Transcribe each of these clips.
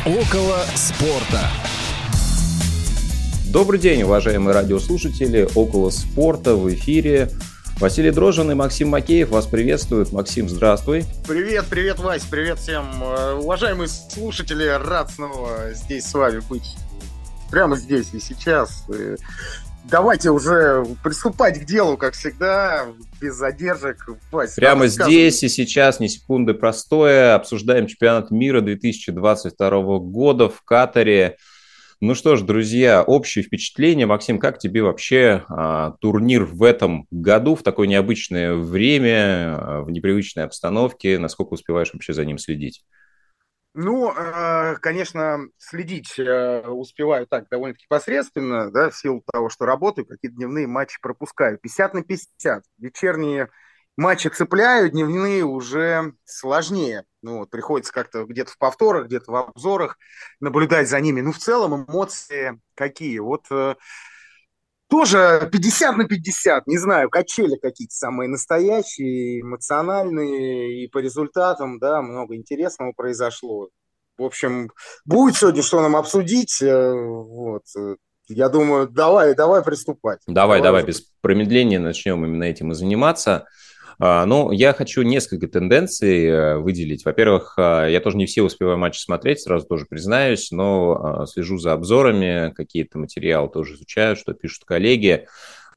Около спорта. Добрый день, уважаемые радиослушатели. Около спорта в эфире. Василий Дрожжин и Максим Макеев вас приветствуют. Максим, здравствуй. Привет, Вась, привет всем. Уважаемые слушатели, рад снова здесь с вами быть. Прямо здесь и сейчас. Давайте уже приступать к делу, как всегда, без задержек. Вась, прямо здесь и сейчас, ни секунды простоя, обсуждаем чемпионат мира 2022 года в Катаре. Ну что ж, друзья, общее впечатление. Максим, как тебе вообще турнир в этом году, в такое необычное время, в непривычной обстановке? Насколько успеваешь вообще за ним следить? Ну, конечно, следить успеваю так довольно-таки посредственно, да, в силу того, что работаю, какие-то дневные матчи пропускаю. 50/50. Вечерние матчи цепляю, дневные уже сложнее. Ну, вот, приходится как-то где-то в повторах, где-то в обзорах наблюдать за ними. Ну, в целом эмоции какие? Вот тоже 50/50, не знаю, качели какие-то самые настоящие, эмоциональные, и по результатам, да, много интересного произошло. В общем, будет сегодня что нам обсудить, вот. Я думаю, давай приступать. Давай, без промедления начнем именно этим и заниматься. Ну, я хочу несколько тенденций выделить. Во-первых, я тоже не все успеваю матчи смотреть, сразу тоже признаюсь, но слежу за обзорами, какие-то материалы тоже изучаю, что пишут коллеги.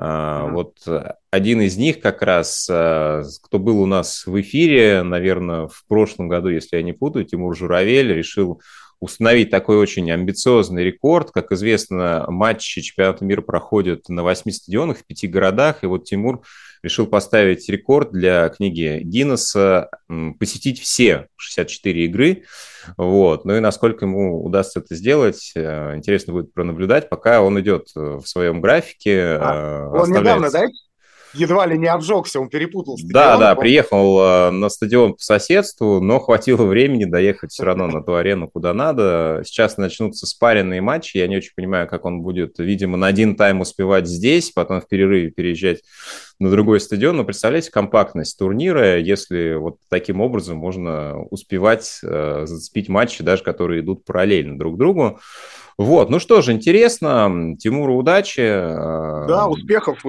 Вот один из них как раз, кто был у нас в эфире, наверное, в прошлом году, если я не путаю, Тимур Журавель решил установить такой очень амбициозный рекорд. Как известно, матчи чемпионата мира проходят на 8 стадионах в 5 городах, и вот Тимур решил поставить рекорд для книги Гиннесса, посетить все 64 игры. Вот. Ну и насколько ему удастся это сделать, интересно будет пронаблюдать, пока он идет в своем графике. Он недавно, да? Едва ли не обжегся, он перепутал стадион. Да, приехал на стадион по соседству, но хватило времени доехать все равно на ту арену, куда надо. Сейчас начнутся спаренные матчи, я не очень понимаю, как он будет, видимо, на один тайм успевать здесь, потом в перерыве переезжать на другой стадион. Но представляете компактность турнира, если вот таким образом можно успевать зацепить матчи, даже которые идут параллельно друг другу. Вот, ну что же, интересно. Тимуру удачи. Да, успехов.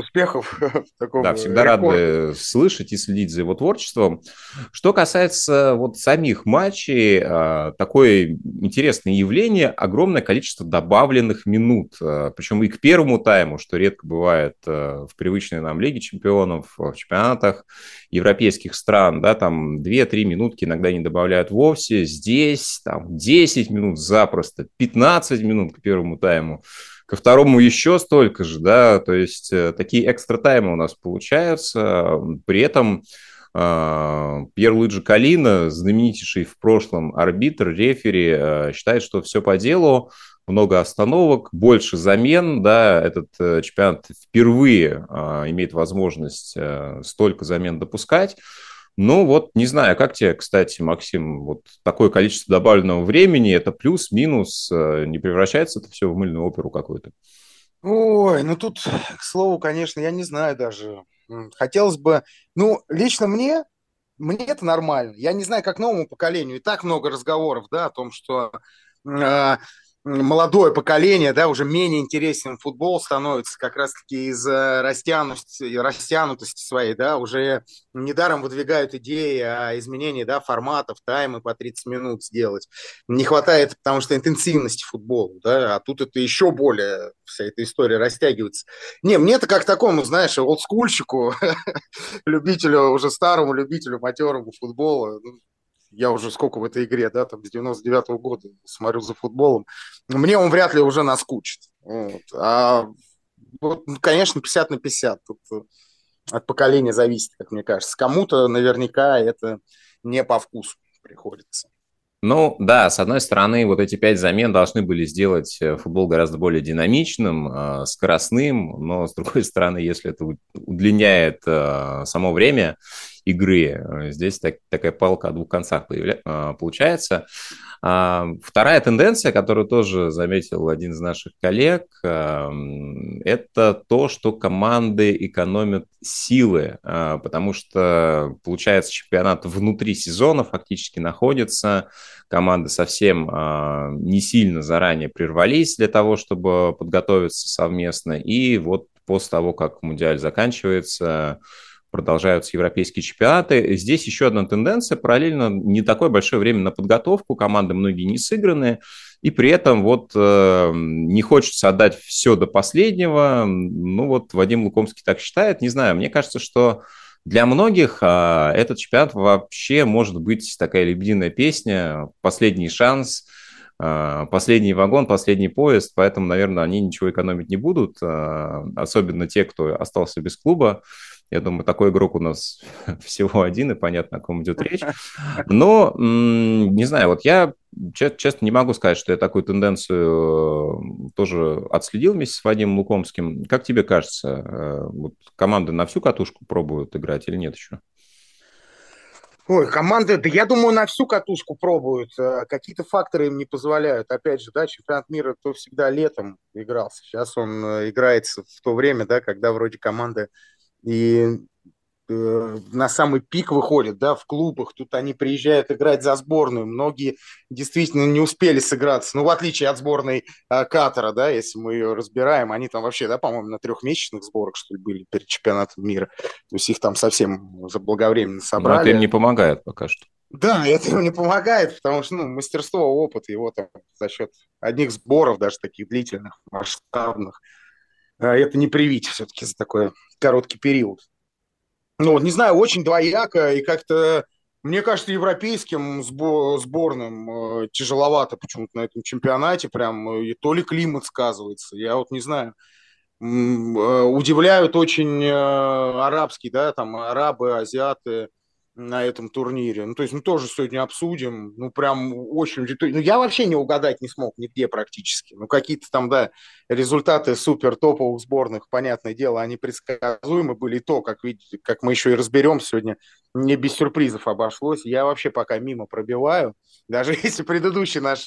Да, всегда рады слышать и следить за его творчеством. Что касается вот самих матчей, такое интересное явление, огромное количество добавленных минут. Причем и к первому тайму, что редко бывает в привычной нам Лиге чемпионов, в чемпионатах европейских стран, да, там 2-3 минутки иногда не добавляют вовсе. Здесь там 10 минут запросто, 15 минут к первому тайму. Ко второму еще столько же, да, то есть такие экстра-таймы у нас получаются. При этом Пьер-Луиджи Коллина, знаменитейший в прошлом арбитр, рефери, считает, что все по делу, много остановок, больше замен, да, этот чемпионат впервые имеет возможность столько замен допускать. Ну вот, не знаю, как тебе, кстати, Максим, вот такое количество добавленного времени, это плюс-минус, не превращается это все в мыльную оперу какую-то? Ой, ну тут, к слову, конечно, я не знаю даже. Хотелось бы, ну, лично мне это нормально. Я не знаю, как новому поколению. И так много разговоров, да, о том, что молодое поколение, да, уже менее интересен футбол становится как раз-таки из-за растянутости своей, да, уже недаром выдвигают идеи о изменении, да, форматов, таймы по 30 минут сделать. Не хватает, потому что интенсивности футбола, да, а тут это еще более, вся эта история растягивается. Не, мне-то как такому, знаешь, олдскульщику, любителю, уже старому любителю матерого футбола, я уже сколько в этой игре, да, там с 99-го года смотрю за футболом, мне он вряд ли уже наскучит. Вот. А вот, конечно, 50/50. Тут от поколения зависит, как мне кажется. Кому-то наверняка это не по вкусу приходится. Ну, да, с одной стороны, вот эти 5 замен должны были сделать футбол гораздо более динамичным, скоростным, но с другой стороны, если это удлиняет само время игры. Здесь такая палка о двух концах получается. Вторая тенденция, которую тоже заметил один из наших коллег, это то, что команды экономят силы, потому что, получается, чемпионат внутри сезона фактически находится, команды совсем не сильно заранее прервались для того, чтобы подготовиться совместно, и вот после того, как Мундиаль заканчивается, продолжаются европейские чемпионаты. Здесь еще одна тенденция. Параллельно не такое большое время на подготовку. Команды многие не сыграны. И при этом вот не хочется отдать все до последнего. Ну вот Вадим Лукомский так считает. Не знаю, мне кажется, что для многих этот чемпионат вообще может быть такая лебединая песня, последний шанс, последний вагон, последний поезд. Поэтому, наверное, они ничего экономить не будут. Особенно те, кто остался без клуба. Я думаю, такой игрок у нас всего один, и понятно, о ком идет речь. Но, не знаю, вот я честно не могу сказать, что я такую тенденцию тоже отследил вместе с Вадимом Лукомским. Как тебе кажется, вот команды на всю катушку пробуют играть или нет еще? Ой, команды, да я думаю, на всю катушку пробуют. Какие-то факторы им не позволяют. Опять же, да, чемпионат мира то всегда летом игрался. Сейчас он играется в то время, да, когда вроде команды и на самый пик выходят, да, в клубах. Тут они приезжают играть за сборную. Многие действительно не успели сыграться. Ну, в отличие от сборной Катара, да, если мы ее разбираем, они там вообще, да, по-моему, на трехмесячных сборах, что ли, были перед чемпионатом мира. То есть их там совсем заблаговременно Но это им собрали. не помогает пока что. Да, это ему не помогает, потому что, ну, мастерство, опыт его там за счет одних сборов, даже таких длительных, масштабных, это не привить все-таки за такой короткий период. Ну, вот, не знаю, очень двояко, и как-то, мне кажется, европейским сборным тяжеловато почему-то на этом чемпионате, прям, и то ли климат сказывается, я вот не знаю. Удивляют очень арабские, да, там, арабы, азиаты на этом турнире. Ну, то есть, мы тоже сегодня обсудим, ну, прям очень... Ну, я вообще не угадать не смог нигде практически. Ну, какие-то там, да, результаты супер топовых сборных, понятное дело, они предсказуемы были. И то, как видите, как мы еще и разберем сегодня, не без сюрпризов обошлось. Я вообще пока мимо пробиваю. Даже если предыдущий наш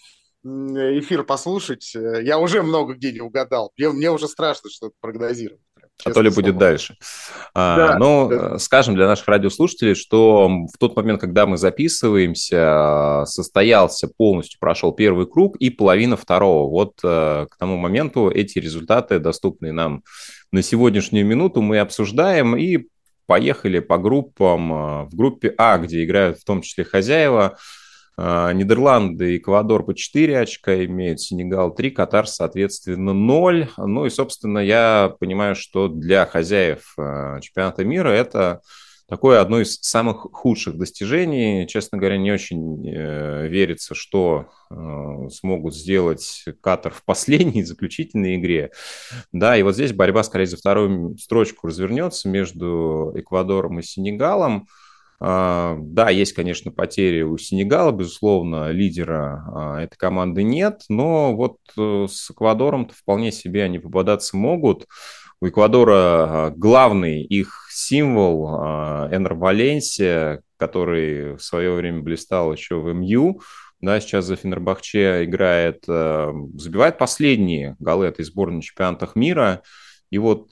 эфир послушать, я уже много где не угадал. Мне уже страшно что-то прогнозировать. Прям, А то ли честное будет слово. дальше. Да. Но скажем для наших радиослушателей, что в тот момент, когда мы записываемся, состоялся полностью, прошел первый круг и половина второго. Вот к тому моменту эти результаты, доступные нам на сегодняшнюю минуту, мы обсуждаем и поехали по группам. В группе А, где играют в том числе хозяева, Нидерланды и Эквадор по 4 очка имеют, Сенегал 3, Катар, соответственно, 0. Ну и, собственно, я понимаю, что для хозяев чемпионата мира это такое одно из самых худших достижений. Честно говоря, не очень верится, что смогут сделать Катар в последней, заключительной игре. Да, и вот здесь борьба, скорее, за вторую строчку развернется между Эквадором и Сенегалом. Да, есть, конечно, потери у Сенегала, безусловно, лидера этой команды нет, но вот с Эквадором-то вполне себе они пободаться могут. У Эквадора главный их символ Энер Валенсия, который в свое время блистал еще в МЮ, да, сейчас за Фенербахче играет, забивает последние голы этой сборной на чемпионатах мира. И вот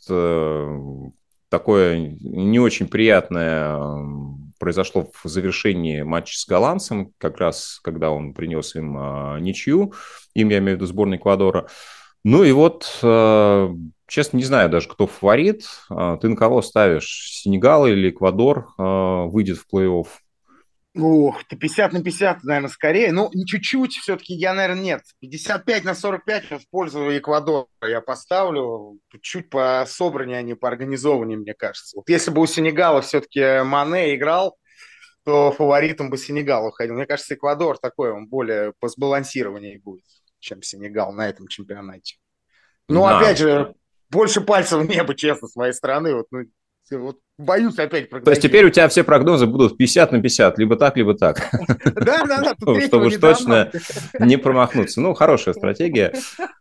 такое не очень приятное произошло в завершении матча с голландцем, как раз когда он принес им ничью, им я имею в виду сборную Эквадора. Ну и вот, честно, не знаю даже, кто фаворит. Ты на кого ставишь? Сенегал или Эквадор выйдет в плей-офф? Ух, ты 50 на 50, наверное, скорее. Ну, чуть-чуть все-таки я, наверное, нет. 55 на 45 в пользу Эквадора я поставлю. Чуть по собранию, а не по организованию, мне кажется. Вот если бы у Сенегала все-таки Мане играл, то фаворитом бы Сенегал уходил. Мне кажется, Эквадор такой, он более по сбалансированию будет, чем Сенегал на этом чемпионате. Ну, Да, опять же, больше пальцев в небо, честно, с моей стороны. Вот, ну, Вот боюсь опять То есть теперь у прогнозировать. тебя все прогнозы будут 50 на 50, либо так, либо так. Да, тут третьего Чтобы уж не дано. точно не промахнуться. Ну, хорошая стратегия.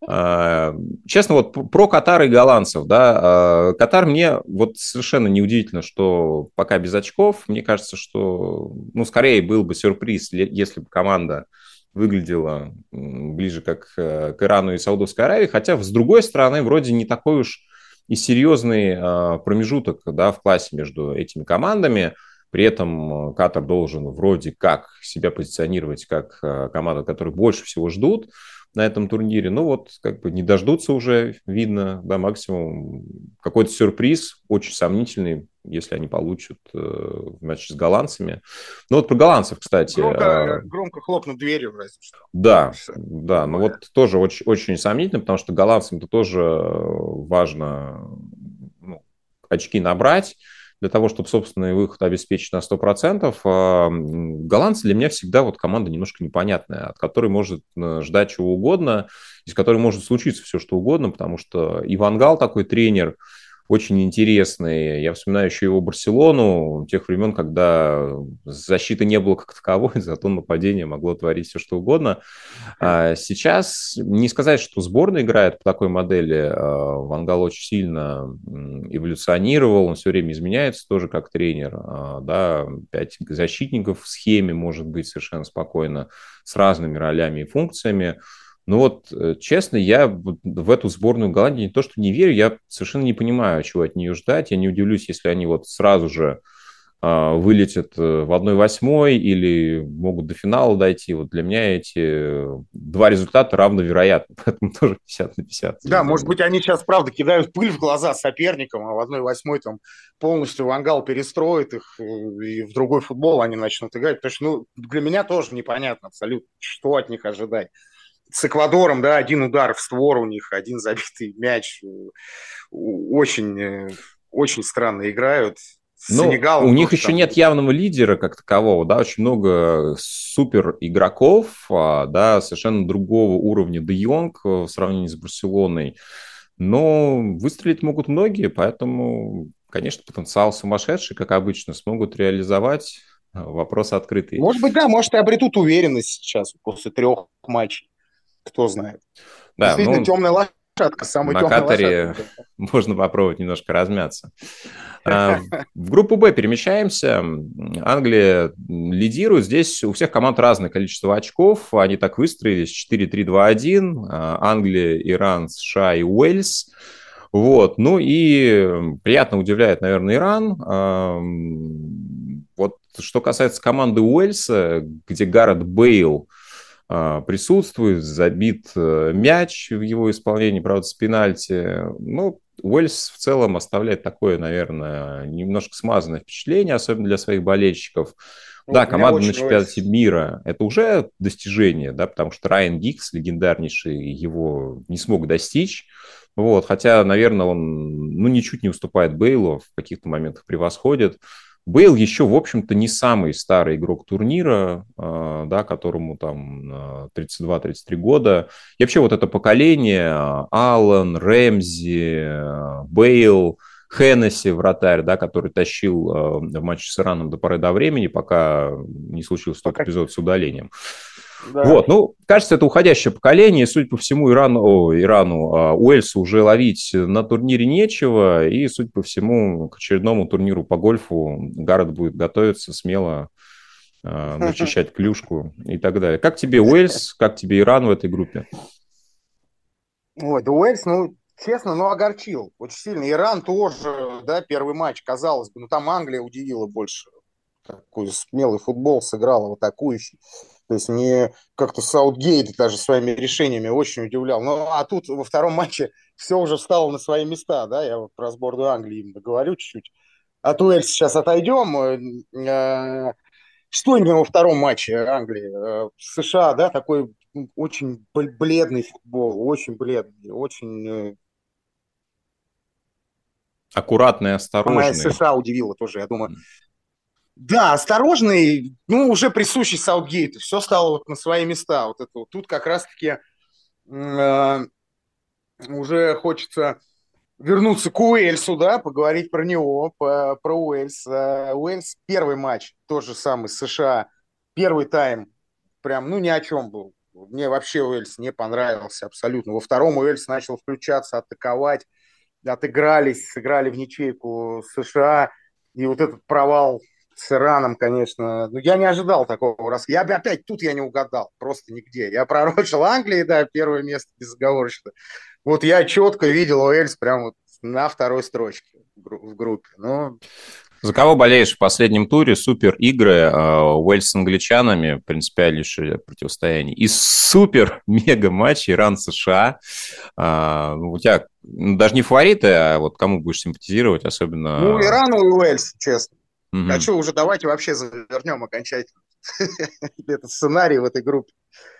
Честно, вот про Катар и голландцев, да, Катар мне вот совершенно неудивительно, что пока без очков, мне кажется, что, ну, скорее был бы сюрприз, если бы команда выглядела ближе как к Ирану и Саудовской Аравии, хотя, с другой стороны, вроде не такой уж и серьезный промежуток, да, в классе между этими командами. При этом Катар должен вроде как себя позиционировать как команда, которую больше всего ждут на этом турнире. Ну вот, как бы не дождутся уже, видно, да, максимум какой-то сюрприз, очень сомнительный, если они получат в матче с голландцами. Ну вот про голландцев, кстати. Громко хлопнуть дверью, разве что. Да, да, ну вот тоже очень, очень сомнительно, потому что голландцам-то тоже важно, ну, очки набрать для того, чтобы собственный выход обеспечить на 100%. Голландцы для меня всегда вот команда немножко непонятная, от которой может ждать чего угодно, из которой может случиться все, что угодно, потому что и Ван Гал такой тренер, очень интересный. Я вспоминаю еще его Барселону, тех времен, когда защиты не было как таковой, зато нападение могло творить все, что угодно. А сейчас не сказать, что сборная играет по такой модели. Ван Гал очень сильно эволюционировал, он все время изменяется тоже как тренер. Да, 5 защитников в схеме может быть совершенно спокойно с разными ролями и функциями. Ну вот, честно, я в эту сборную Голландии не то что не верю, я совершенно не понимаю, чего от нее ждать. Я не удивлюсь, если они вот сразу же вылетят в 1/8 или могут до финала дойти. Вот для меня эти два результата равновероятны, поэтому тоже 50 на 50. Да, может быть, они сейчас, правда, кидают пыль в глаза соперникам, а в 1/8 там полностью Ван Гал перестроит их, и в другой футбол они начнут играть. Потому что, ну, для меня тоже непонятно абсолютно, что от них ожидать. С Эквадором, да, один удар в створ у них, один забитый мяч. Очень, очень странно играют. С Ну, у Сенегалом них тоже еще там. нет явного лидера как такового, да, очень много супер игроков, да, совершенно другого уровня Де Йонг в сравнении с Барселоной, но выстрелить могут многие, поэтому, конечно, потенциал сумасшедший, как обычно, смогут реализовать, вопрос открытый. Может быть, да, может, и обретут уверенность сейчас после 3 матчей. Кто знает. Да, Действительно, ну, темная лошадка, самая на темная лошадка. Катаре можно попробовать немножко размяться. В группу Б перемещаемся. Англия лидирует. Здесь у всех команд разное количество очков. Они так выстроились. 4-3-2-1. Англия, Иран, США и Уэльс. Вот. Ну и приятно удивляет, наверное, Иран. Вот что касается команды Уэльса, где Гаррет Бейл присутствует, забит мяч в его исполнении, правда, с пенальти. Ну, Уэльс в целом оставляет такое, наверное, немножко смазанное впечатление, особенно для своих болельщиков. Да, Вот, меня команда на очень чемпионате мира – это уже достижение, да, потому что Райан Гиггс, легендарнейший, его не смог достичь. Вот, хотя, наверное, он ну, ничуть не уступает Бейлу, в каких-то моментах превосходит. Бейл еще, в общем-то, не самый старый игрок турнира, да, которому там 32-33 года. И вообще вот это поколение, Аллен, Рэмзи, Бейл, Хеннесси, вратарь, да, который тащил в матче с Ираном до поры до времени, пока не случился тот эпизод с удалением. Да. Вот, ну, кажется, это уходящее поколение, и, судя по всему, Уэльсу уже ловить на турнире нечего, и, судя по всему, к очередному турниру по гольфу Гаррет будет готовиться смело, начищать клюшку и так далее. Как тебе Уэльс, как тебе Иран в этой группе? Ой, да Уэльс, ну, честно, ну, огорчил очень сильно. Иран тоже, да, первый матч, казалось бы, ну, там Англия удивила больше. Такой смелый футбол сыграла, в атакующий. То есть мне как-то Саутгейт даже своими решениями очень удивлял. Ну, а тут во втором матче все уже встало на свои места, да, я вот про сборную Англии именно говорю чуть-чуть. От Уэльса сейчас отойдем. Что именно во втором матче Англии? США, да, такой очень бледный футбол, очень бледный, очень... Аккуратный, Самая осторожный. США удивила тоже, я думаю. Да, осторожный, ну, уже присущий Саутгейту. Все стало вот на свои места. Вот это вот. Тут как раз-таки уже хочется вернуться к Уэльсу, да, поговорить про него, про Уэльс. Уэльс первый матч, тот же самый США, первый тайм, прям, ну, ни о чем был. Мне вообще Уэльс не понравился абсолютно. Во втором Уэльс начал включаться, атаковать, отыгрались, сыграли в ничейку США. И вот этот провал с Ираном, конечно, ну, я не ожидал такого раз. Я опять тут я не угадал, просто нигде. Я пророчил Англии, да, первое место безоговорочно. Вот я четко видел Уэльс прям вот на второй строчке в группе. Ну, За кого болеешь в последнем туре? Супер игры. Уэльс с англичанами, принципиальнейшее противостояние. И супер мега матч Иран-США. У тебя даже не фавориты, а вот кому будешь симпатизировать, ну особенно... Иран и Уэльс, честно. А Мгм. что, уже давайте вообще завернем окончательно этот сценарий в этой группе.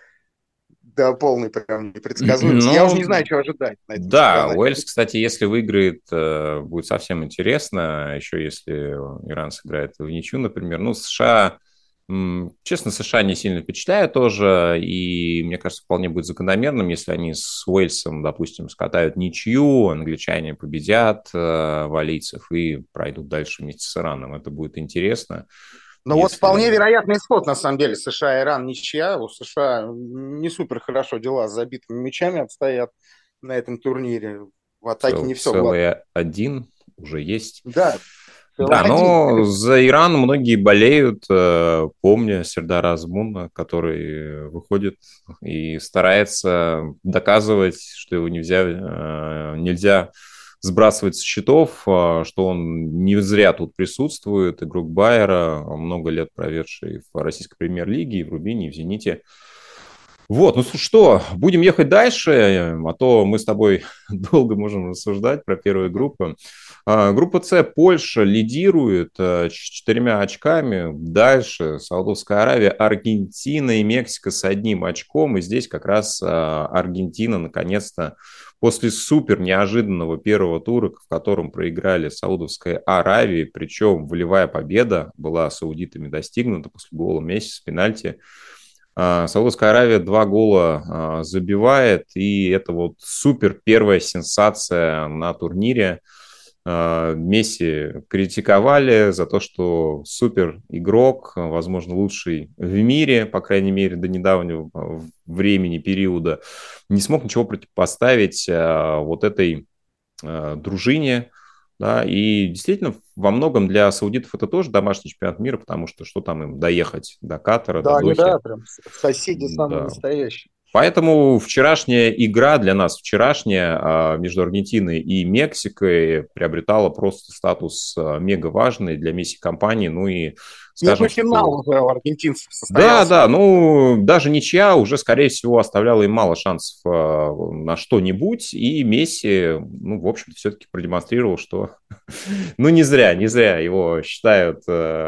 Да, полный прям непредсказуемость. Я уже Ну, не знаю, чего ожидать на этом да, чемпионате. Уэльс, кстати, если выиграет, будет совсем интересно. Еще если Иран сыграет в ничью, например. Ну, США, честно, США не сильно впечатляют тоже. И мне кажется, вполне будет закономерным, если они с Уэльсом, допустим, скатают ничью, англичане победят валийцев и пройдут дальше вместе с Ираном. Это будет интересно. Ну вот вполне Если... вероятный исход, на самом деле. США-Иран ничья. У США не супер хорошо дела с забитыми мячами обстоят на этом турнире. В атаке не все гладко. целый один уже есть. Да, целый Да, один. но за Иран многие болеют, помня Сердара Азмуна, который выходит и старается доказывать, что его нельзя сбрасывать со счетов, что он не зря тут присутствует. Игрок Байера, много лет проведший в российской премьер-лиге, и в Рубине, и в Зените. Вот, ну что, будем ехать дальше, а то мы с тобой долго можем рассуждать про первую группу. Группа С, Польша лидирует с 4 очками. Дальше Саудовская Аравия, Аргентина и Мексика с 1 очком. И здесь как раз Аргентина наконец-то после супер неожиданного первого тура, в котором проиграли Саудовской Аравии, причем волевая победа была саудитами достигнута после гола Месси с пенальти. Саудовская Аравия 2 гола забивает, и это вот супер первая сенсация на турнире. Месси критиковали за то, что супер игрок, возможно, лучший в мире, по крайней мере, до недавнего времени, периода, не смог ничего противопоставить вот этой дружине. Да, и действительно, во многом для саудитов это тоже домашний чемпионат мира, потому что там им доехать до Катара, до Да, они, Дохи. да, прям соседи самые Да. настоящие. Поэтому вчерашняя игра для нас, между Аргентиной и Мексикой приобретала просто статус мега важный для Месси-компании. Ну и скажем, Первый что... финал уже у аргентинцев Да, состоялся. да, ну, даже ничья уже, скорее всего, оставляла им мало шансов на что-нибудь, и Месси, ну, в общем-то, все-таки продемонстрировал, что, ну, не зря его считают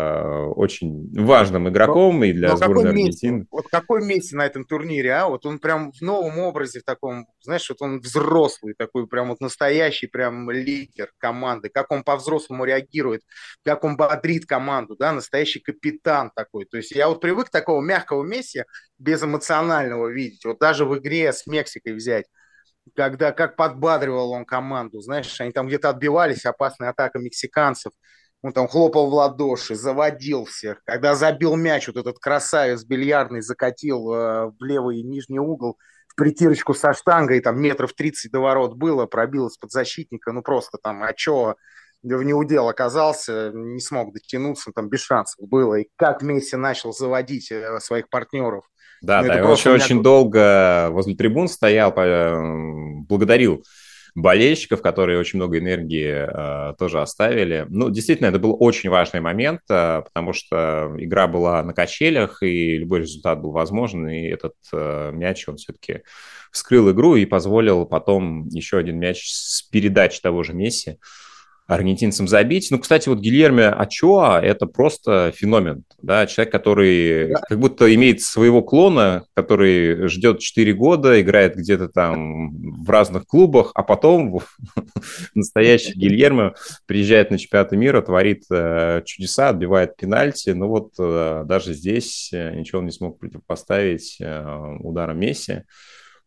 очень важным Но, игроком и для но какой сборной Месси? Аргентины. Вот какой Месси на этом турнире, а? Вот он прям в новом образе в таком, знаешь, вот он взрослый такой, прям вот настоящий прям лидер команды. Как он по-взрослому реагирует, как он бодрит команду, да, настоящий капитан такой. То есть я вот привык такого мягкого Месси безэмоционального видеть. Вот даже в игре с Мексикой взять, когда как подбадривал он команду, знаешь, они там где-то отбивались, опасная атака мексиканцев, он там хлопал в ладоши, заводил всех. Когда забил мяч, вот этот красавец бильярдный закатил в левый нижний угол в притирочку со штангой, там метров 30 до ворот было, пробил из-под защитника, ну просто там, а чё, в неудел оказался, не смог дотянуться, там без шансов было. И как Месси начал заводить своих партнеров. Да, Ну да, это и он просто еще у меня... очень долго возле трибун стоял, благодарил болельщиков, которые очень много энергии тоже оставили. Ну, действительно, это был очень важный момент, потому что игра была на качелях, и любой результат был возможен, и этот мяч, он все-таки вскрыл игру и позволил потом еще один мяч с передачи того же Месси аргентинцам забить. Ну, кстати, вот Гильермо Ачоа – это просто феномен. Да? Человек, который как будто имеет своего клона, который ждет 4 года, играет где-то там в разных клубах, а потом настоящий Гильермо приезжает на чемпионат мира, творит чудеса, отбивает пенальти. Ну вот даже здесь ничего он не смог противопоставить ударам Месси.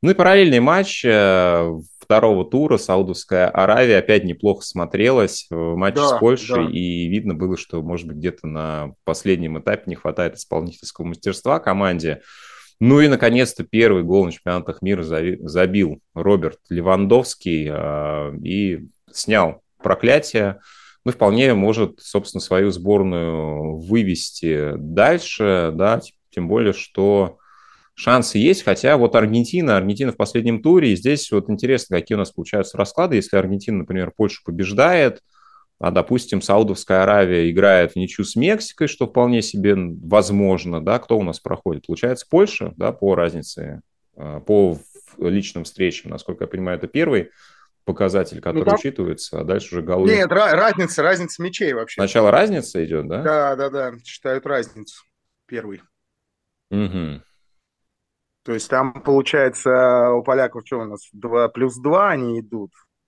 Ну и параллельный матч второго тура Саудовская Аравия опять неплохо смотрелась в матче с Да, Польшей, да. и видно было, что, может быть, где-то на последнем этапе не хватает исполнительского мастерства команде. Ну и, наконец-то, первый гол на чемпионатах мира забил Роберт Левандовский и снял проклятие. Ну, вполне может, собственно, свою сборную вывести дальше, да, тем более, что шансы есть, хотя вот Аргентина в последнем туре, и здесь вот интересно, какие у нас получаются расклады, если Аргентина, например, Польшу побеждает, а, допустим, Саудовская Аравия играет в ничью с Мексикой, что вполне себе возможно, да, кто у нас проходит? Получается, Польша, да, по разнице, по личным встречам, насколько я понимаю, это первый показатель, Ну, который там... учитывается, а дальше уже голы. Нет, разница мячей вообще. Сначала разница идет, да? Да, да, да, считают разницу первый. Угу. То есть там, получается, у поляков что у нас? 2+2 они идут.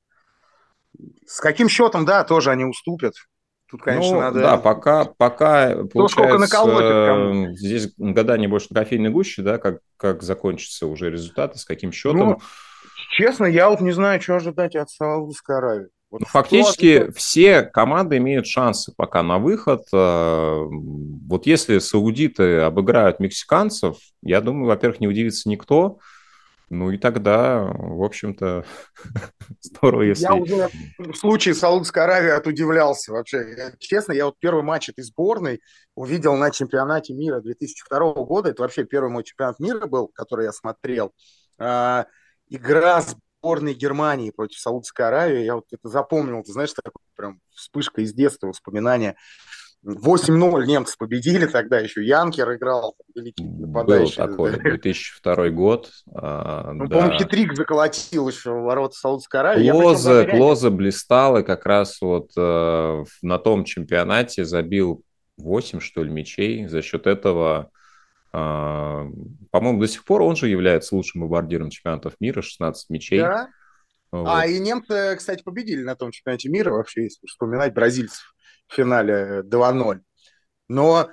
С каким счетом, да, тоже они уступят. Тут, конечно, Ну, да, надо... пока Кто сколько наколотит кому. получается, здесь гадание больше на кофейной гуще, да, как закончится уже результат, с каким счетом. Ну, честно, я вот не знаю, что ожидать от Саудовской Аравии. Вот Ну, что фактически ожидать? все команды имеют шансы пока на выход. Вот если саудиты обыграют мексиканцев, я думаю, во-первых, не удивится никто. Ну и тогда, в общем-то, здорово, Я если... уже в случае Саудовской Аравии отудивлялся вообще. Честно, я вот первый матч этой сборной увидел на чемпионате мира 2002 года. Это вообще первый мой чемпионат мира был, который я смотрел. А, игра сборной Германии против Саудовской Аравии. Я вот это запомнил. Ты знаешь, такой прям вспышка из детства, воспоминания. 8-0 немцы победили тогда, еще Янкер играл, великий Был нападающий. такой 2002 год, Он, по-моему, да. хитрик заколотил еще в ворота Саудовской Аравии. Я причем даже Клоза блистал и как раз вот на том чемпионате забил 8, что ли, мячей. За счет этого, по-моему, до сих пор он же является лучшим бомбардиром чемпионатов мира, 16 мячей. да. А, Вот. и немцы, кстати, победили на том чемпионате мира, вообще, если вспоминать, бразильцев в финале 2-0. Но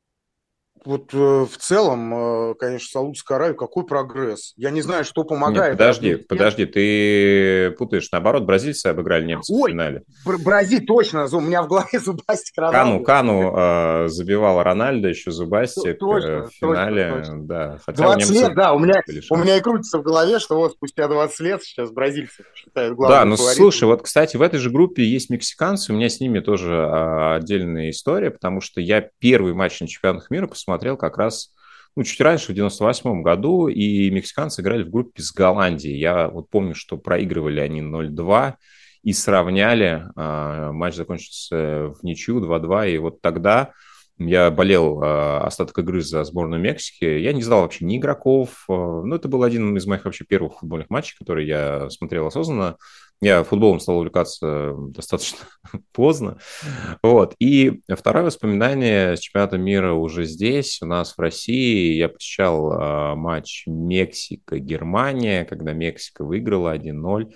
вот в целом, конечно, Саудовская Аравия, какой прогресс. Я не знаю, что Нет, помогает родным всем. подожди, ты путаешь. Наоборот, бразильцы обыграли немцев в Ой, финале. Бразилия, точно, у меня в голове Зубастик Роналду. Кану забивал Рональдо, еще Зубастик в Точно, точно, финале, точно. да. Хотя у 20 немцев лет, да, были у меня шансы. и крутится в голове, что вот спустя 20 лет сейчас бразильцы считают Да, главным ну слушай, фаворитом. вот, кстати, в этой же группе есть мексиканцы, у меня с ними тоже отдельная история, потому что я первый матч на чемпионатах мира посмотрел как раз, ну, чуть раньше, в 98 году, и мексиканцы играли в группе с Голландией. Я вот помню, что проигрывали они 0-2 и сравняли, матч закончился в ничью 2-2, и вот тогда я болел остаток игры за сборную Мексики. Я не знал вообще ни игроков. Ну, это был один из моих вообще первых футбольных матчей, которые я смотрел осознанно. Я футболом стал увлекаться достаточно поздно. Вот. И второе воспоминание с чемпионата мира уже здесь, у нас в России. Я посещал матч Мексика-Германия, когда Мексика выиграла 1-0.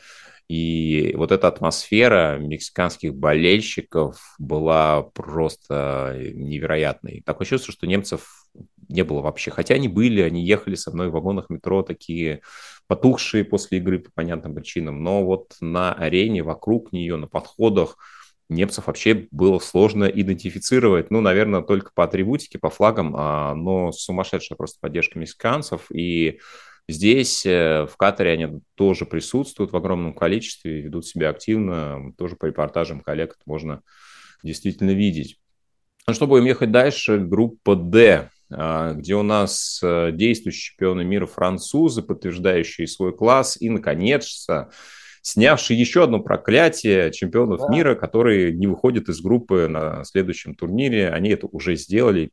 И вот эта атмосфера мексиканских болельщиков была просто невероятной. Такое чувство, что немцев не было вообще. Хотя они были, они ехали со мной в вагонах метро, такие потухшие после игры по понятным причинам. Но вот на арене, вокруг нее, на подходах немцев вообще было сложно идентифицировать. Ну, наверное, только по атрибутике, по флагам, но сумасшедшая просто поддержка мексиканцев. И здесь, в Катаре, они тоже присутствуют в огромном количестве, ведут себя активно. Тоже по репортажам коллег это можно действительно видеть. Ну что, будем ехать дальше. Группа «Д», где у нас действующие чемпионы мира французы, подтверждающие свой класс, и, наконец-то, снявшие еще одно проклятие чемпионов Да. мира, которые не выходят из группы на следующем турнире. Они это уже сделали.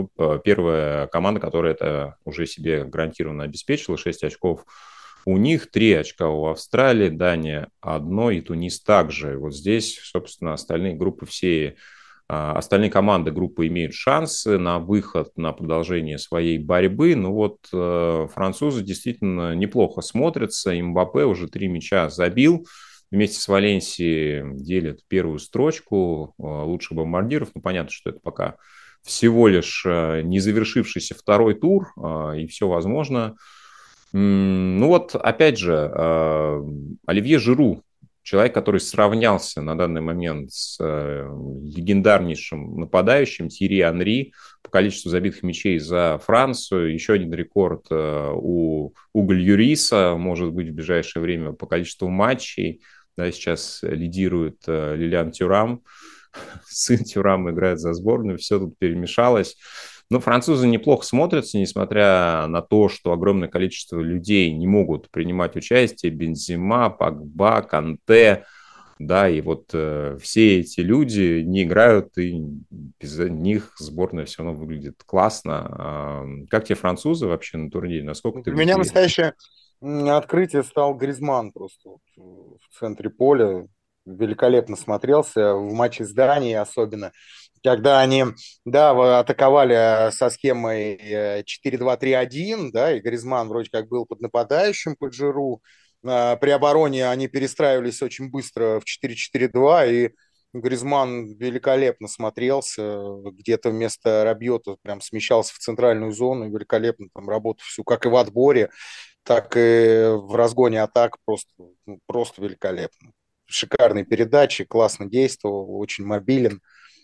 Первая команда, которая это уже себе гарантированно обеспечила, 6 очков у них, 3 очка у Австралии, Дания 1 и Тунис также. Вот здесь, собственно, остальные группы все... Остальные команды группы имеют шансы на выход, на продолжение своей борьбы. Ну вот французы действительно неплохо смотрятся. Мбаппе уже 3 мяча забил. Вместе с Валенсией делят первую строчку лучших бомбардиров. Ну, понятно, что это пока всего лишь не завершившийся второй тур, и все возможно. Ну вот, опять же, Оливье Жиру, человек, который сравнялся на данный момент с легендарнейшим нападающим Тьерри Анри по количеству забитых мячей за Францию. Еще один рекорд у Уголь Юриса, может быть, в ближайшее время по количеству матчей. Да, сейчас лидирует Лилиан Тюрам. Сын Тюрам играет за сборную, все тут перемешалось. Но французы неплохо смотрятся, несмотря на то, что огромное количество людей не могут принимать участие. Бензема, Погба, Канте, да, и вот все эти люди не играют, и без них сборная все равно выглядит классно. Как тебе французы вообще на турнире? Насколько ты Для в них меня веришь? настоящее открытие стал Гризманн просто вот, в центре поля. Великолепно смотрелся в матче с Данией особенно, когда они, да, атаковали со схемой 4-2-3-1, да, и Гризманн вроде как был под нападающим, под Жиру. При обороне они перестраивались очень быстро в 4-4-2, и Гризманн великолепно смотрелся, где-то вместо Рабьета прям смещался в центральную зону, и великолепно там работу всю, как и в отборе, так и в разгоне атак просто, ну, просто великолепно. Шикарные передачи, классно действовал, очень мобилен.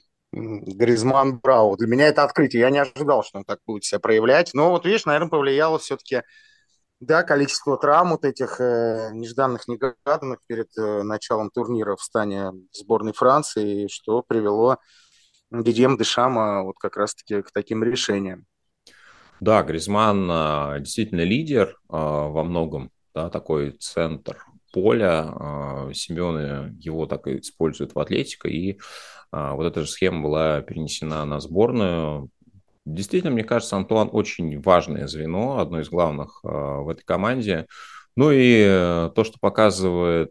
Гризманн, браво. Для меня это открытие. Я не ожидал, что он так будет себя проявлять. Но вот видишь, наверное, повлияло все-таки, да, количество травм вот этих нежданных, негаданных перед началом турнира в стане сборной Франции, что привело Дидье Дешама вот как раз-таки к таким решениям. Да, Гризманн действительно лидер во многом, да, такой центр поля. Симеоне его так и использует в Атлетико, и вот эта же схема была перенесена на сборную. Действительно, мне кажется, Антуан очень важное звено, одно из главных в этой команде. Ну и то, что показывает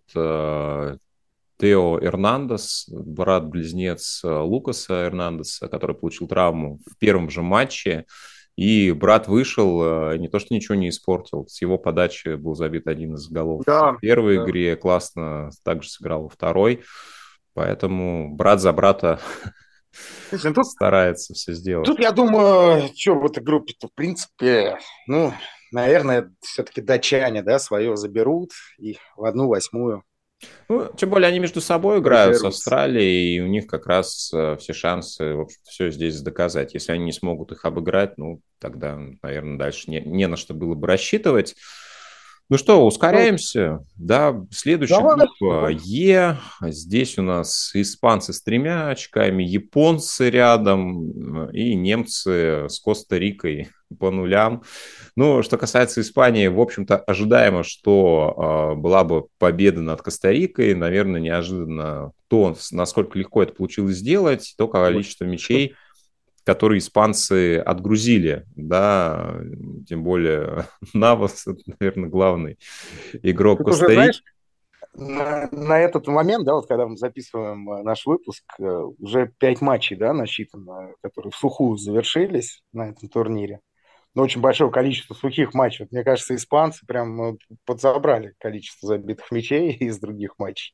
Тео Эрнандес, брат-близнец Лукаса Эрнандеса, который получил травму в первом же матче. И брат вышел, не то что ничего не испортил, с его подачи был забит один из голов Да, в первой да. игре, классно также сыграл во второй. Поэтому брат за брата Слушай, ну старается все сделать. тут я думаю, что в этой группе-то, в принципе, ну, наверное, все-таки датчане, да, свое заберут и в 1/8 Ну, тем более они между собой играют с прорвутся. Австралией, и у них как раз все шансы, в общем, все здесь доказать. Если они не смогут их обыграть, ну, тогда, наверное, дальше не на что было бы рассчитывать. Ну что, Ну, ускоряемся. Да, следующая давай, группа Е. Здесь у нас испанцы с 3 очками, японцы рядом и немцы с Коста-Рикой по нулям. Ну, что касается Испании, в общем-то, ожидаемо, что была бы победа над Коста-Рикой. Наверное, неожиданно то, насколько легко это получилось сделать, то количество мячей, которые испанцы отгрузили, да, тем более Навас, это, наверное, главный игрок тут уже, Коста-Рики. знаешь, на этот момент, да, вот когда мы записываем наш выпуск, уже 5 матчей, да, насчитано, которые в сухую завершились на этом турнире. Но очень большое количество сухих матчей. Вот, мне кажется, испанцы прям подзабрали количество забитых мячей из других матчей.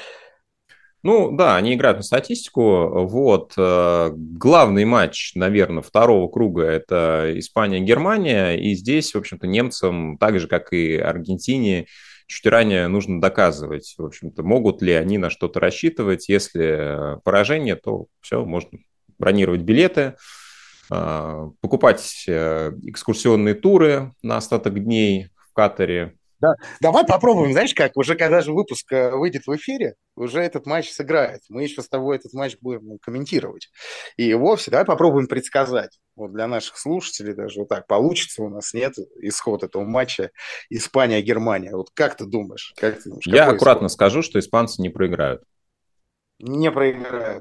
Ну, да, они играют на статистику. Вот. Главный матч, наверное, второго круга – это Испания-Германия. И здесь, в общем-то, немцам, так же, как и Аргентине, чуть ранее нужно доказывать, в общем-то, могут ли они на что-то рассчитывать. Если поражение, то все, можно бронировать билеты, покупать экскурсионные туры на остаток дней в Катаре. Да. Давай попробуем, знаешь как, уже когда же выпуск выйдет в эфире, уже этот матч сыграет. Мы еще с тобой этот матч будем комментировать. И вовсе давай попробуем предсказать. Вот для наших слушателей даже вот так получится у нас, нет, исход этого матча Испания-Германия. Вот как ты думаешь, Я какой аккуратно исход? скажу, что испанцы не проиграют. Не проиграют.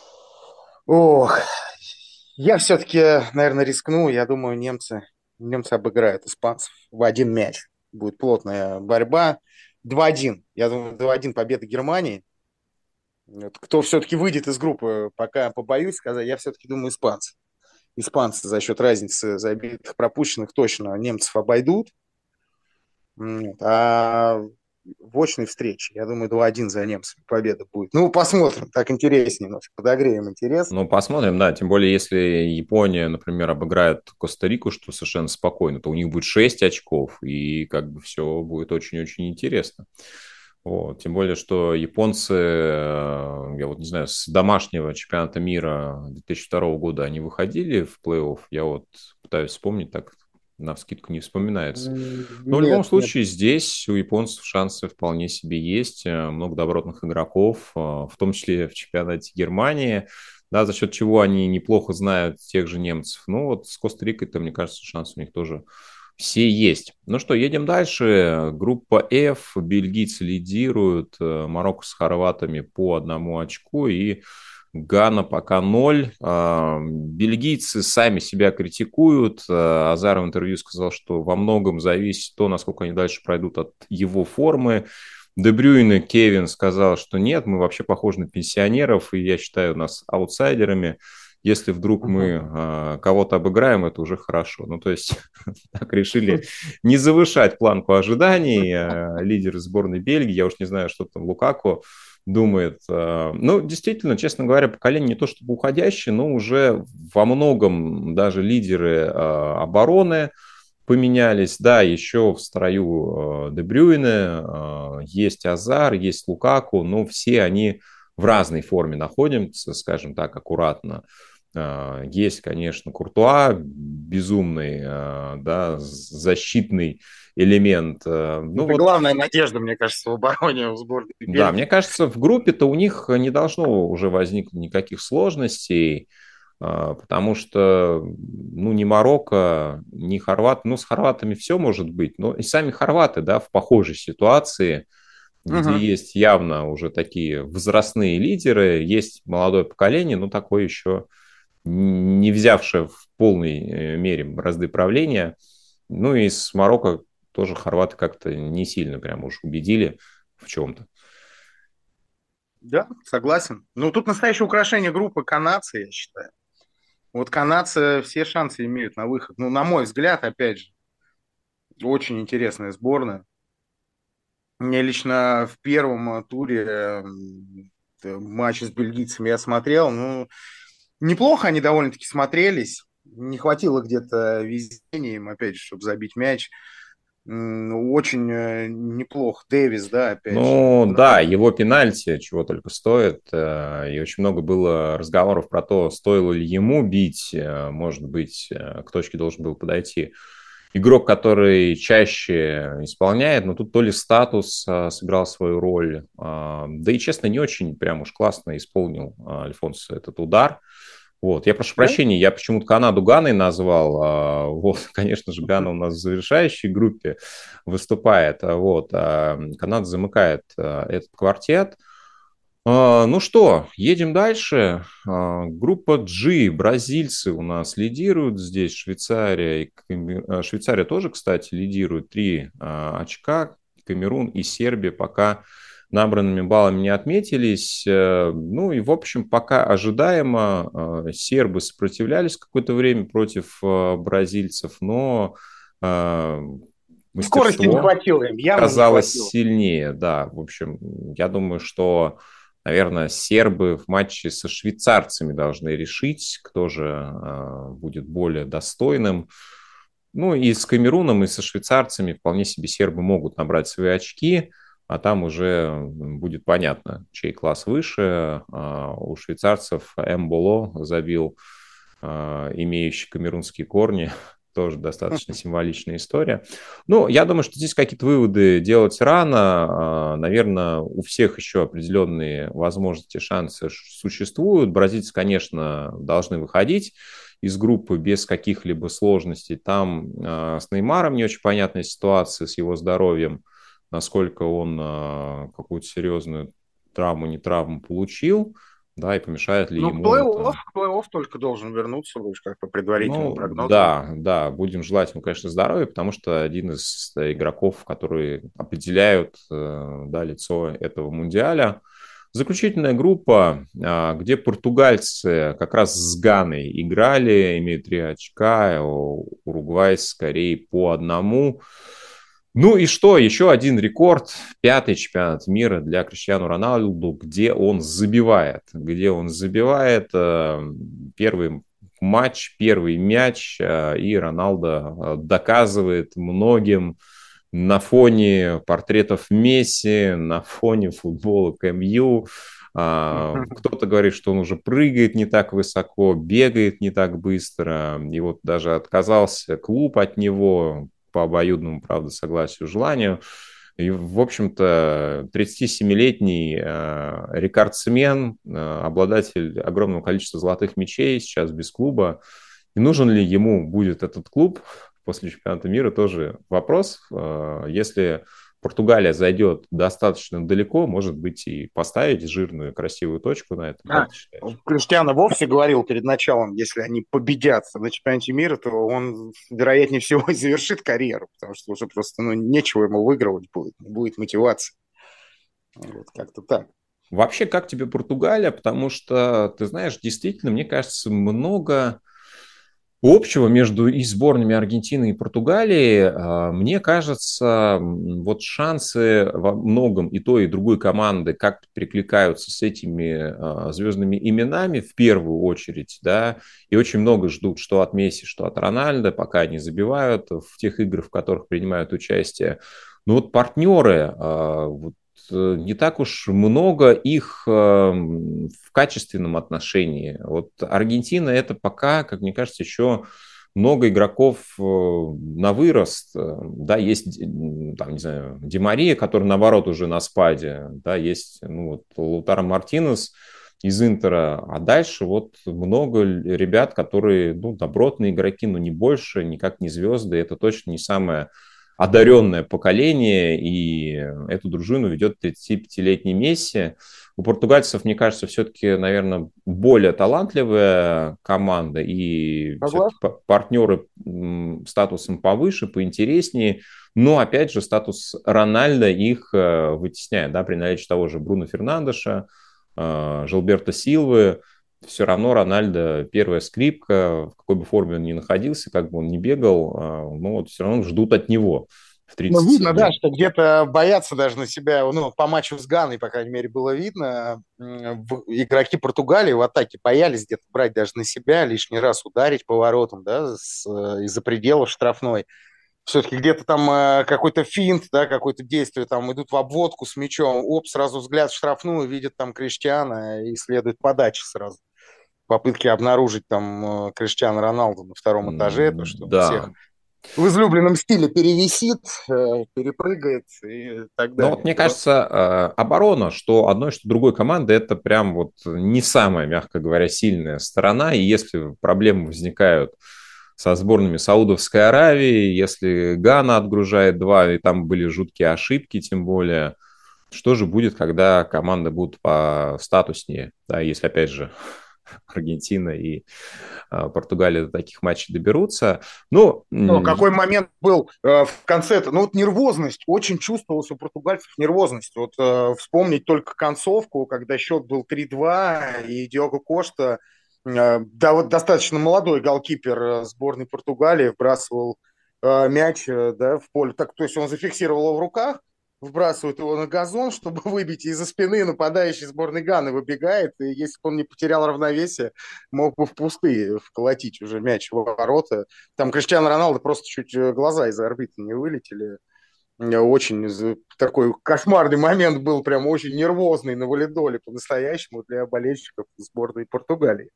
Ох, я все-таки, наверное, рискну. Я думаю, немцы обыграют испанцев в один мяч. Будет плотная борьба. 2-1. Я думаю, 2-1 победа Германии. Вот кто все-таки выйдет из группы, пока побоюсь сказать, я все-таки думаю, испанцы. Испанцы за счет разницы забитых, пропущенных точно немцев обойдут. А в очной встрече. Я думаю, 2-1 за немцами победа будет. Ну, посмотрим, так интереснее немножко, подогреем интерес. Ну, посмотрим, да, тем более, если Япония, например, обыграет Коста-Рику, что совершенно спокойно, то у них будет 6 очков, и как бы все будет очень-очень интересно. Вот. Тем более, что японцы, я вот не знаю, с домашнего чемпионата мира 2002 года они выходили в плей-офф. Я вот пытаюсь вспомнить, так навскидку не вспоминается. Но в любом Нет, нет. случае здесь у японцев шансы вполне себе есть. Много добротных игроков, в том числе в чемпионате Германии, да, за счет чего они неплохо знают тех же немцев. Ну вот с Коста-Рикой-то, мне кажется, шансы у них тоже все есть. Ну что, едем дальше. Группа F, бельгийцы лидируют, Марокко с хорватами по 1 очку и Гана пока 0. Бельгийцы сами себя критикуют. Азар в интервью сказал, что во многом зависит то, насколько они дальше пройдут от его формы. Де Брюйн и Кевин сказал, что нет, мы вообще похожи на пенсионеров, и я считаю нас аутсайдерами. Если вдруг мы кого-то обыграем, это уже хорошо. Ну, то есть так решили не завышать планку ожиданий. Лидер сборной Бельгии, я уж не знаю, что там Лукаку думает. Ну, действительно, честно говоря, поколение не то чтобы уходящее, но уже во многом даже лидеры обороны поменялись. Да, еще в строю Де Брюйне есть Азар, есть Лукаку, но все они в разной форме находятся, скажем так, аккуратно. Есть, конечно, Куртуа, безумный, да, защитный элемент. Ну, Это вот, главная надежда, мне кажется, в обороне у сборной да, Бельгии. мне кажется, в группе-то у них не должно уже возникнуть никаких сложностей, потому что, ну, ни Марокко, ни Хорват, ну, с хорватами все может быть, но и сами хорваты, да, в похожей ситуации, где Угу. есть явно уже такие возрастные лидеры, есть молодое поколение, но такое еще не взявшее в полной мере бразды правления. Ну и с Марокко тоже хорваты как-то не сильно прям уж убедили в чем-то. Да, согласен. Ну, тут настоящее украшение группы канадцы, я считаю. Вот канадцы все шансы имеют на выход. Ну, на мой взгляд, опять же, очень интересная сборная. Мне лично в первом туре матч с бельгийцами я смотрел. Ну, неплохо они довольно-таки смотрелись. Не хватило где-то везения им, опять же, чтобы забить мяч. Очень неплох. Дэвис, да, опять же. Ну Ну, да, его пенальти чего только стоит. И очень много было разговоров про то, стоило ли ему бить. Может быть, к точке должен был подойти игрок, который чаще исполняет, но тут то ли статус сыграл свою роль. Да и, честно, не очень прям уж классно исполнил Альфонсо этот удар. Вот. Я прошу да? прощения, я почему-то Канаду Ганой назвал. Вот, конечно же, Гана у нас в завершающей группе выступает. Вот. Канада замыкает этот квартет. Ну что, едем дальше. Группа G, бразильцы у нас лидируют здесь, Швейцария. Швейцария тоже, кстати, лидирует 3 очка. Камерун и Сербия пока набранными баллами не отметились. Ну и, в общем, пока ожидаемо. Сербы сопротивлялись какое-то время против бразильцев, но Скорости не мастерство хватило им, явно не казалось хватило. сильнее. Да, в общем, я думаю, что, наверное, сербы в матче со швейцарцами должны решить, кто же будет более достойным. Ну и с Камеруном, и со швейцарцами вполне себе сербы могут набрать свои очки, а там уже будет понятно, чей класс выше. У швейцарцев Эмболо забил, имеющий камерунские корни. Тоже достаточно символичная история. Ну, я думаю, что здесь какие-то выводы делать рано. Наверное, у всех еще определенные возможности, шансы существуют. Бразильцы, конечно, должны выходить из группы без каких-либо сложностей. Там с Неймаром не очень понятная ситуация, с его здоровьем, насколько он какую-то серьезную травму, не травму получил, да, и помешает ли Ну, в ему плей-офф, это. в плей-офф только должен вернуться, уж как по предварительным Ну, прогнозам. да, да, будем желать ему, конечно, здоровья, потому что один из игроков, которые определяют, да, лицо этого мундиаля. Заключительная группа, где португальцы как раз с Ганой играли, имеют 3 очка, Уругвай скорее по 1. Ну и что? Еще один рекорд. 5-й чемпионат мира для Криштиану Роналду, где он забивает. Первый матч, первый мяч. И Роналдо доказывает многим на фоне портретов Месси, на фоне футбола КМЮ. Кто-то говорит, что он уже прыгает не так высоко, бегает не так быстро. И вот даже отказался клуб от него по обоюдному, правда, согласию, желанию. И, в общем-то, 37-летний рекордсмен, обладатель огромного количества золотых мячей, сейчас без клуба. И нужен ли ему будет этот клуб после чемпионата мира, тоже вопрос. Если Португалия зайдет достаточно далеко, может быть, и поставить жирную красивую точку на этом. Как ты считаешь? Криштиану вовсе говорил перед началом, если они победят на чемпионате мира, то он, вероятнее всего, завершит карьеру, потому что уже просто нечего ему выигрывать будет, не будет мотивации. Вот как-то так. Вообще, как тебе Португалия? Потому что, ты знаешь, действительно, мне кажется, много общего между и сборными Аргентины и Португалии. Мне кажется, вот шансы во многом и той, и другой команды как-то перекликаются с этими звездными именами в первую очередь, да, и очень много ждут, что от Месси, что от Рональдо, пока они забивают в тех играх, в которых принимают участие. Но вот партнеры, не так уж много их в качественном отношении. Вот Аргентина — это пока, как мне кажется, еще много игроков на вырост. Да, есть, там, не знаю, Ди Мария, который, наоборот, уже на спаде. Да, есть Лаутаро Мартинес из Интера. А дальше вот много ребят, которые, добротные игроки, но не больше, никак не звезды. Это точно не самое одаренное поколение, и эту дружину ведет 35-летний Месси. У португальцев, мне кажется, все-таки, наверное, более талантливая команда, и все-таки партнеры статусом повыше, поинтереснее. Но, опять же, статус Рональдо их вытесняет, да, при наличии того же Бруно Фернандеша, Жилберто Силвы. Все равно Рональдо первая скрипка, в какой бы форме он ни находился, как бы он ни бегал, но вот все равно ждут от него в 30 видно, лет. да, что где-то боятся даже на себя, по матчу с Ганой, по крайней мере, было видно. Игроки Португалии в атаке боялись где-то брать даже на себя, лишний раз ударить поворотом, да, из-за пределов штрафной. Все-таки где-то там какой-то финт, да, какое-то действие, там идут в обводку с мячом, сразу взгляд в штрафную, видят там Криштиана и следует подача сразу. Попытки обнаружить там Криштиану Роналду на втором этаже, то, что да. всех в излюбленном стиле перевисит, перепрыгает и так Но далее. вот мне кажется, оборона, что одной, что другой команды, это прям вот не самая, мягко говоря, сильная сторона. И если проблемы возникают со сборными Саудовской Аравии, если Гана отгружает 2, и там были жуткие ошибки, тем более, что же будет, когда команды будут по статуснее, да, если, опять же, Аргентина и Португалия до таких матчей доберутся. Какой момент был в конце? Нервозность, очень чувствовалась у португальцев нервозность. Вспомнить только концовку, когда счет был 3-2, и Диого Кошта, достаточно молодой голкипер сборной Португалии, вбрасывал мяч, да, в поле. То есть он зафиксировал его в руках, вбрасывает его на газон, чтобы выбить, из-за спины нападающий сборной Ганы выбегает, и если бы он не потерял равновесие, мог бы в пустые вколотить уже мяч в ворота. Там Криштиану Роналдо просто чуть глаза из орбиты не вылетели. Очень такой кошмарный момент был, прям очень нервозный на валидоле по-настоящему для болельщиков сборной Португалии.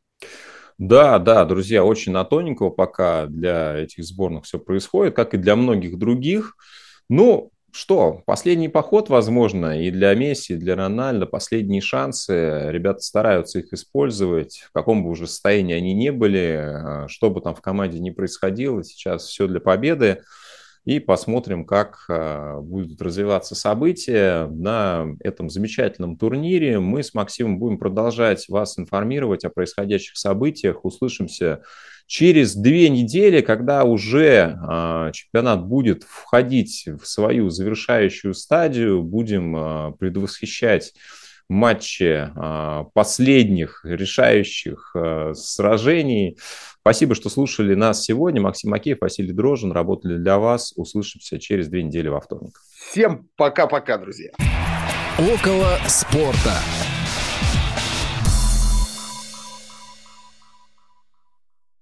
Да, друзья, очень на тоненького пока для этих сборных все происходит, как и для многих других. Что, последний поход, возможно, и для Месси, и для Рональдо, последние шансы. Ребята стараются их использовать, в каком бы уже состоянии они не были, что бы там в команде ни происходило. Сейчас все для победы. И посмотрим, как будут развиваться события на этом замечательном турнире. Мы с Максимом будем продолжать вас информировать о происходящих событиях. Услышимся через 2 недели, когда уже чемпионат будет входить в свою завершающую стадию. Будем предвосхищать матчи последних решающих сражений. Спасибо, что слушали нас сегодня. Максим Макеев, Василий Дрожжин работали для вас. Услышимся через 2 недели во вторник. Всем пока-пока, друзья. Около спорта.